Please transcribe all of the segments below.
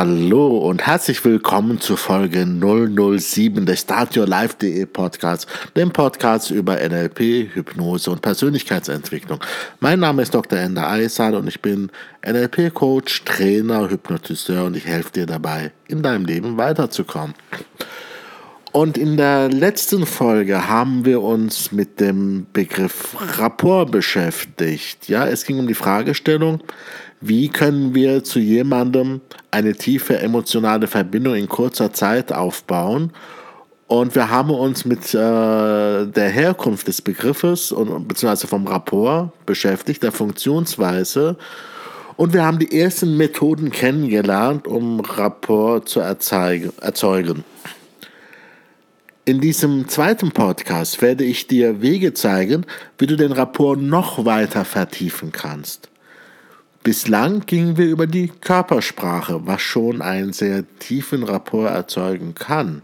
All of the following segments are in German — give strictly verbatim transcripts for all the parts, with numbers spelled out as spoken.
Hallo und herzlich willkommen zu Folge null null sieben des Start Your Life punkt de Podcasts, dem Podcast über N L P, Hypnose und Persönlichkeitsentwicklung. Mein Name ist Doktor Ender Eisal und ich bin N L P-Coach, Trainer, Hypnotiseur und ich helfe dir dabei, in deinem Leben weiterzukommen. Und in der letzten Folge haben wir uns mit dem Begriff Rapport beschäftigt. Ja, es ging um die Fragestellung, wie können wir zu jemandem eine tiefe emotionale Verbindung in kurzer Zeit aufbauen? Und wir haben uns mit äh, der Herkunft des Begriffes und beziehungsweise vom Rapport beschäftigt, der Funktionsweise. Und wir haben die ersten Methoden kennengelernt, um Rapport zu erzeugen. In diesem zweiten Podcast werde ich dir Wege zeigen, wie du den Rapport noch weiter vertiefen kannst. Bislang gingen wir über die Körpersprache, was schon einen sehr tiefen Rapport erzeugen kann.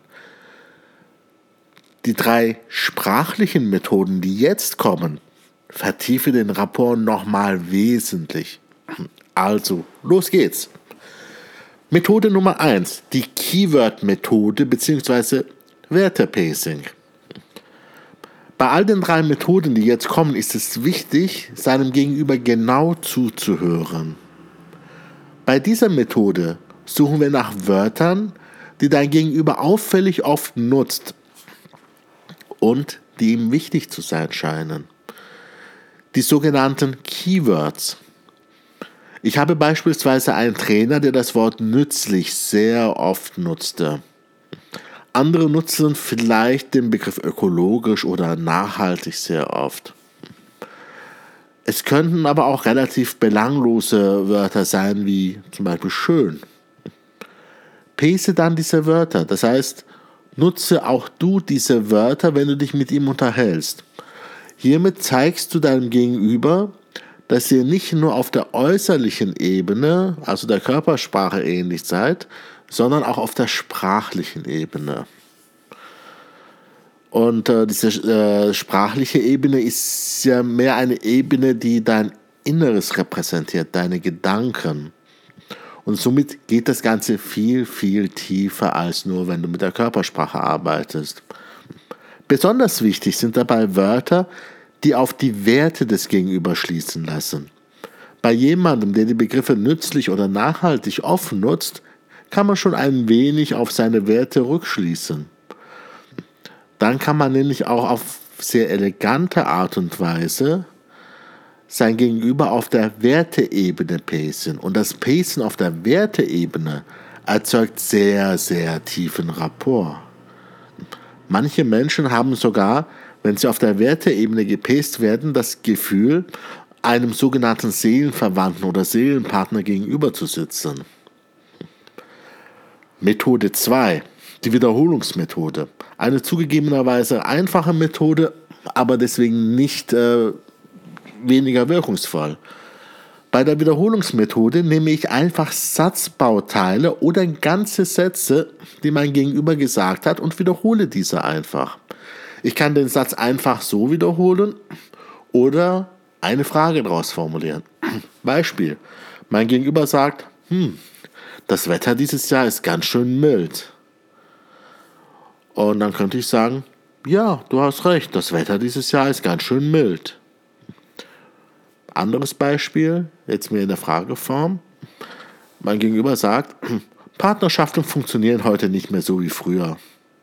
Die drei sprachlichen Methoden, die jetzt kommen, vertiefen den Rapport nochmal wesentlich. Also, los geht's. Methode Nummer eins, die Keyword-Methode bzw. Werte-Pacing. Bei all den drei Methoden, die jetzt kommen, ist es wichtig, seinem Gegenüber genau zuzuhören. Bei dieser Methode suchen wir nach Wörtern, die dein Gegenüber auffällig oft nutzt und die ihm wichtig zu sein scheinen. Die sogenannten Keywords. Ich habe beispielsweise einen Trainer, der das Wort nützlich sehr oft nutzte. Andere nutzen vielleicht den Begriff ökologisch oder nachhaltig sehr oft. Es könnten aber auch relativ belanglose Wörter sein, wie zum Beispiel schön. Pace dann diese Wörter, das heißt, nutze auch du diese Wörter, wenn du dich mit ihm unterhältst. Hiermit zeigst du deinem Gegenüber, dass ihr nicht nur auf der äußerlichen Ebene, also der Körpersprache ähnlich seid, sondern auch auf der sprachlichen Ebene. Und äh, diese äh, sprachliche Ebene ist ja mehr eine Ebene, die dein Inneres repräsentiert, deine Gedanken. Und somit geht das Ganze viel, viel tiefer als nur, wenn du mit der Körpersprache arbeitest. Besonders wichtig sind dabei Wörter, die auf die Werte des Gegenübers schließen lassen. Bei jemandem, der die Begriffe nützlich oder nachhaltig oft nutzt, kann man schon ein wenig auf seine Werte rückschließen. Dann kann man nämlich auch auf sehr elegante Art und Weise sein Gegenüber auf der Werteebene pacen. Und das Pacen auf der Werteebene erzeugt sehr, sehr tiefen Rapport. Manche Menschen haben sogar, wenn sie auf der Werteebene gepaced werden, das Gefühl, einem sogenannten Seelenverwandten oder Seelenpartner gegenüber zu sitzen. Methode zwei, die Wiederholungsmethode. Eine zugegebenerweise einfache Methode, aber deswegen nicht äh, weniger wirkungsvoll. Bei der Wiederholungsmethode nehme ich einfach Satzbauteile oder ganze Sätze, die mein Gegenüber gesagt hat, und wiederhole diese einfach. Ich kann den Satz einfach so wiederholen oder eine Frage daraus formulieren. Beispiel: Mein Gegenüber sagt, hm, das Wetter dieses Jahr ist ganz schön mild. Und dann könnte ich sagen, ja, du hast recht, das Wetter dieses Jahr ist ganz schön mild. Anderes Beispiel, jetzt mehr in der Frageform. Mein Gegenüber sagt, Partnerschaften funktionieren heute nicht mehr so wie früher.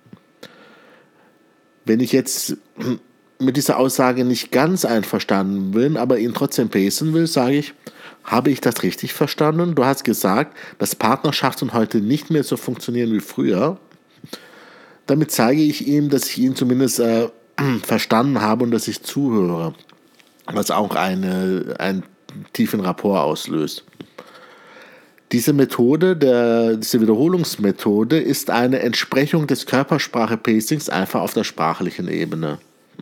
Wenn ich jetzt mit dieser Aussage nicht ganz einverstanden bin, aber ihn trotzdem pacen will, sage ich, habe ich das richtig verstanden? Du hast gesagt, dass Partnerschaften heute nicht mehr so funktionieren wie früher. Damit zeige ich ihm, dass ich ihn zumindest äh, verstanden habe und dass ich zuhöre, was auch eine, einen tiefen Rapport auslöst. Diese Methode, der, diese Wiederholungsmethode, ist eine Entsprechung des Körpersprache-Pacings einfach auf der sprachlichen Ebene.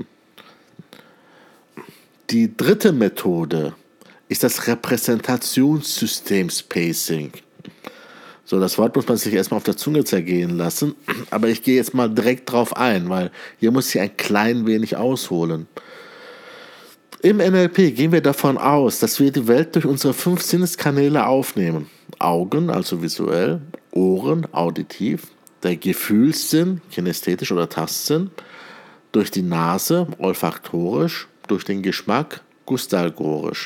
Die dritte Methode ist das Repräsentationssystems-Pacing. So, das Wort muss man sich erstmal auf der Zunge zergehen lassen, aber ich gehe jetzt mal direkt drauf ein, weil hier muss ich ein klein wenig ausholen. Im N L P gehen wir davon aus, dass wir die Welt durch unsere fünf Sinneskanäle aufnehmen. Augen, also visuell, Ohren, auditiv, der Gefühlssinn, kinästhetisch oder Tastsinn, durch die Nase, olfaktorisch, durch den Geschmack, gustalgorisch.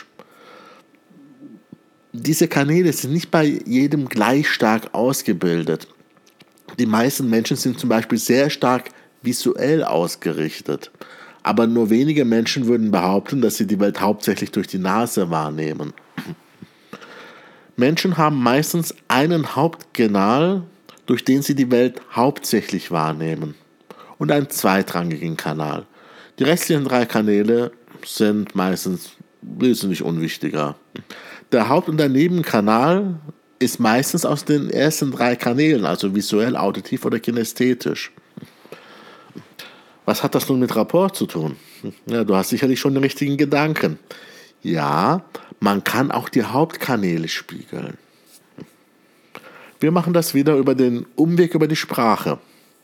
Diese Kanäle sind nicht bei jedem gleich stark ausgebildet. Die meisten Menschen sind zum Beispiel sehr stark visuell ausgerichtet. Aber nur wenige Menschen würden behaupten, dass sie die Welt hauptsächlich durch die Nase wahrnehmen. Menschen haben meistens einen Hauptkanal, durch den sie die Welt hauptsächlich wahrnehmen, und einen zweitrangigen Kanal. Die restlichen drei Kanäle sind meistens wesentlich unwichtiger. Der Haupt- und der Nebenkanal ist meistens aus den ersten drei Kanälen, also visuell, auditiv oder kinästhetisch. Was hat das nun mit Rapport zu tun? Ja, du hast sicherlich schon den richtigen Gedanken. Ja, man kann auch die Hauptkanäle spiegeln. Wir machen das wieder über den Umweg über die Sprache.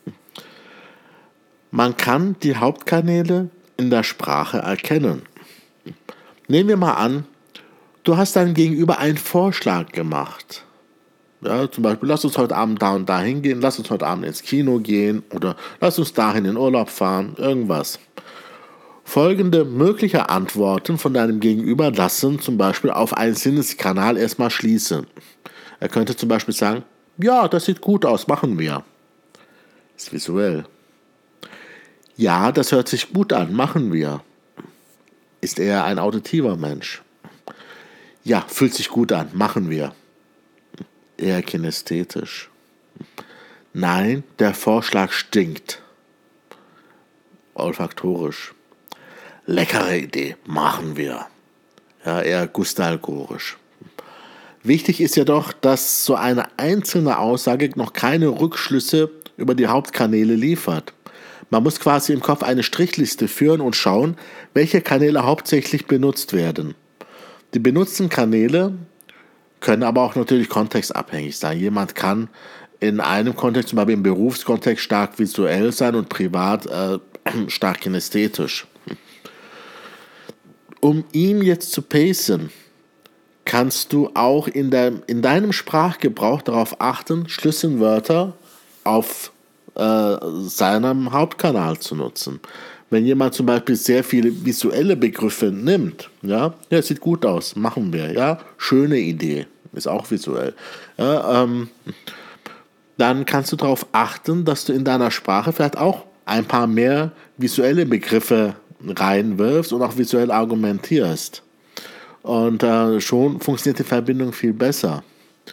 Man kann die Hauptkanäle in der Sprache erkennen. Nehmen wir mal an, du hast deinem Gegenüber einen Vorschlag gemacht. Ja, zum Beispiel, lass uns heute Abend da und da hingehen, lass uns heute Abend ins Kino gehen oder lass uns dahin in Urlaub fahren, irgendwas. Folgende mögliche Antworten von deinem Gegenüber lassen zum Beispiel auf einen Sinneskanal erstmal schließen. Er könnte zum Beispiel sagen, ja, das sieht gut aus, machen wir. Ist visuell. Ja, das hört sich gut an, machen wir. Ist eher ein auditiver Mensch. Ja, fühlt sich gut an, machen wir. Eher kinästhetisch. Nein, der Vorschlag stinkt. Olfaktorisch. Leckere Idee, machen wir. Ja, eher gustalgorisch. Wichtig ist jedoch, dass so eine einzelne Aussage noch keine Rückschlüsse über die Hauptkanäle liefert. Man muss quasi im Kopf eine Strichliste führen und schauen, welche Kanäle hauptsächlich benutzt werden. Die benutzten Kanäle können aber auch natürlich kontextabhängig sein. Jemand kann in einem Kontext, zum Beispiel im Berufskontext, stark visuell sein und privat äh, stark kinästhetisch. Um ihn jetzt zu pacen, kannst du auch in, der, in deinem Sprachgebrauch darauf achten, Schlüsselwörter auf äh, seinem Hauptkanal zu nutzen. Wenn jemand zum Beispiel sehr viele visuelle Begriffe nimmt, ja, ja, sieht gut aus, machen wir, ja, schöne Idee, ist auch visuell, ja, ähm, dann kannst du darauf achten, dass du in deiner Sprache vielleicht auch ein paar mehr visuelle Begriffe reinwirfst und auch visuell argumentierst. Und äh, schon funktioniert die Verbindung viel besser.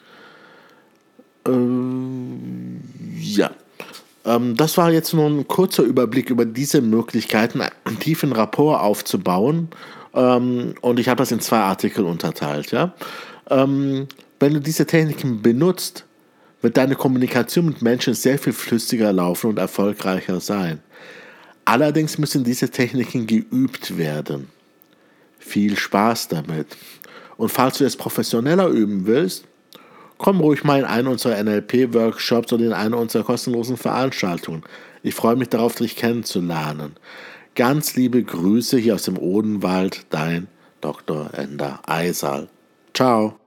Ähm, ja. Ähm, das war jetzt nur ein kurzer Überblick über diese Möglichkeiten, einen tiefen Rapport aufzubauen. Ähm, und ich habe das in zwei Artikel unterteilt. Ja? Ähm, wenn du diese Techniken benutzt, wird deine Kommunikation mit Menschen sehr viel flüssiger laufen und erfolgreicher sein. Allerdings müssen diese Techniken geübt werden. Viel Spaß damit. Und falls du es professioneller üben willst, komm ruhig mal in einen unserer N L P-Workshops oder in eine unserer kostenlosen Veranstaltungen. Ich freue mich darauf, dich kennenzulernen. Ganz liebe Grüße hier aus dem Odenwald, dein Doktor Ender Eisal. Ciao.